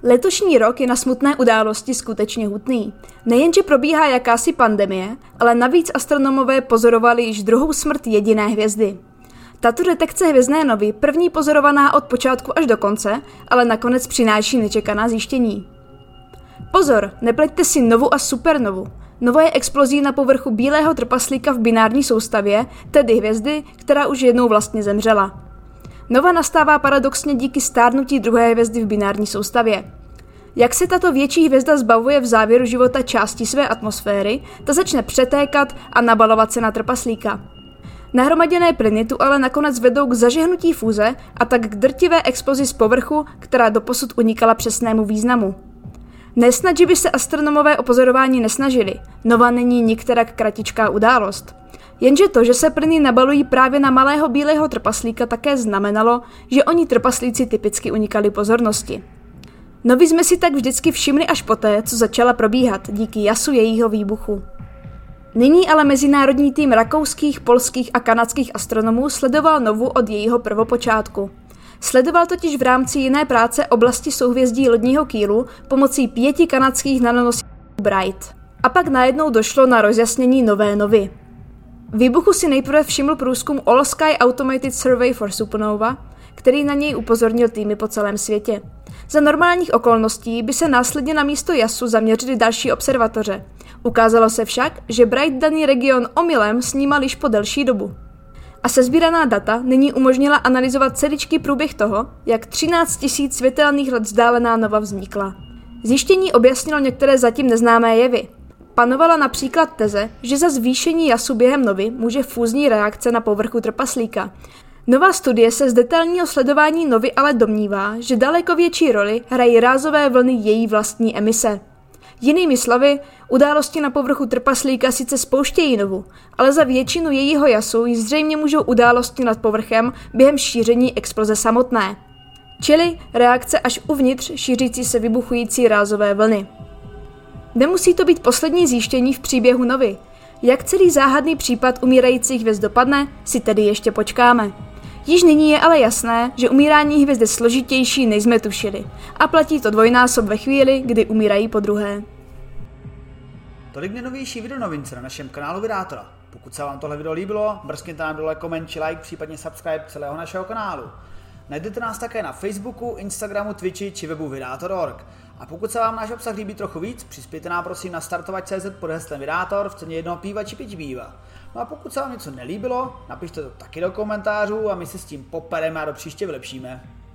Letošní rok je na smutné události skutečně hutný. Nejenže probíhá jakási pandemie, ale navíc astronomové pozorovali již druhou smrt jediné hvězdy. Tato detekce hvězdné novy, první pozorovaná od počátku až do konce, ale nakonec přináší nečekaná zjištění. Pozor, nepleťte si novu a supernovu. Nova je explozí na povrchu bílého trpaslíka v binární soustavě, tedy hvězdy, která už jednou vlastně zemřela. Nova nastává paradoxně díky stárnutí druhé hvězdy v binární soustavě. Jak se tato větší hvězda zbavuje v závěru života části své atmosféry, ta začne přetékat a nabalovat se na trpaslíka. Nahromaděné plyny tu ale nakonec vedou k zažehnutí fúze a tak k drtivé explozi z povrchu, která doposud unikala přesnému významu. Nesnad, že by se astronomové o pozorování nesnažili, Nova není nikterak kratičká událost. Jenže to, že se plyny nabalují právě na malého bílého trpaslíka, také znamenalo, že oni trpaslíci typicky unikali pozornosti. Novy jsme si tak vždycky všimli až poté, co začala probíhat, díky jasu jejího výbuchu. Nyní ale mezinárodní tým rakouských, polských a kanadských astronomů sledoval Novu od jejího prvopočátku. Sledoval totiž v rámci jiné práce oblasti souhvězdí lodního kýlu pomocí 5 kanadských nanonosítků Bright. A pak najednou došlo na rozjasnění nové Novy. Výbuchu si nejprve všiml průzkum All Sky Automated Survey for Supernova, který na něj upozornil týmy po celém světě. Za normálních okolností by se následně na místo jasu zaměřily další observatoře. Ukázalo se však, že Bright daný region omylem snímal již po delší dobu. A sesbíraná data nyní umožnila analyzovat celý průběh toho, jak 13 000 světelných let vzdálená Nova vznikla. Zjištění objasnilo některé zatím neznámé jevy. Panovala například teze, že za zvýšení jasu během Novy může fúzní reakce na povrchu trpaslíka. Nová studie se z detailního sledování Novy ale domnívá, že daleko větší roli hrají rázové vlny její vlastní emise. Jinými slovy, události na povrchu trpaslíka sice spouštějí Novu, ale za většinu jejího jasu ji zřejmě můžou události nad povrchem během šíření exploze samotné. Čili reakce až uvnitř šířící se vybuchující rázové vlny. Nemusí to být poslední zjištění v příběhu Novy. Jak celý záhadný případ umírajících hvězd dopadne, si tedy ještě počkáme. Již nyní je ale jasné, že umírání hvězd je složitější, než jsme tušili. A platí to dvojnásob ve chvíli, kdy umírají po druhé. Tolik nejnovější videonovince na našem kanálu Vydátora. Pokud se vám tohle video líbilo, mrskněte nám dole koment či like, případně subscribe celého našeho kanálu. Najdete nás také na Facebooku, Instagramu, Twitchi či webu Vydátor.org. A pokud se vám náš obsah líbí trochu víc, přispějte nám prosím na startovat.cz pod heslem Vydátor v ceně 1 piva či 5 piva. No a pokud se vám něco nelíbilo, napište to taky do komentářů a my se s tím popereme a do příště vylepšíme.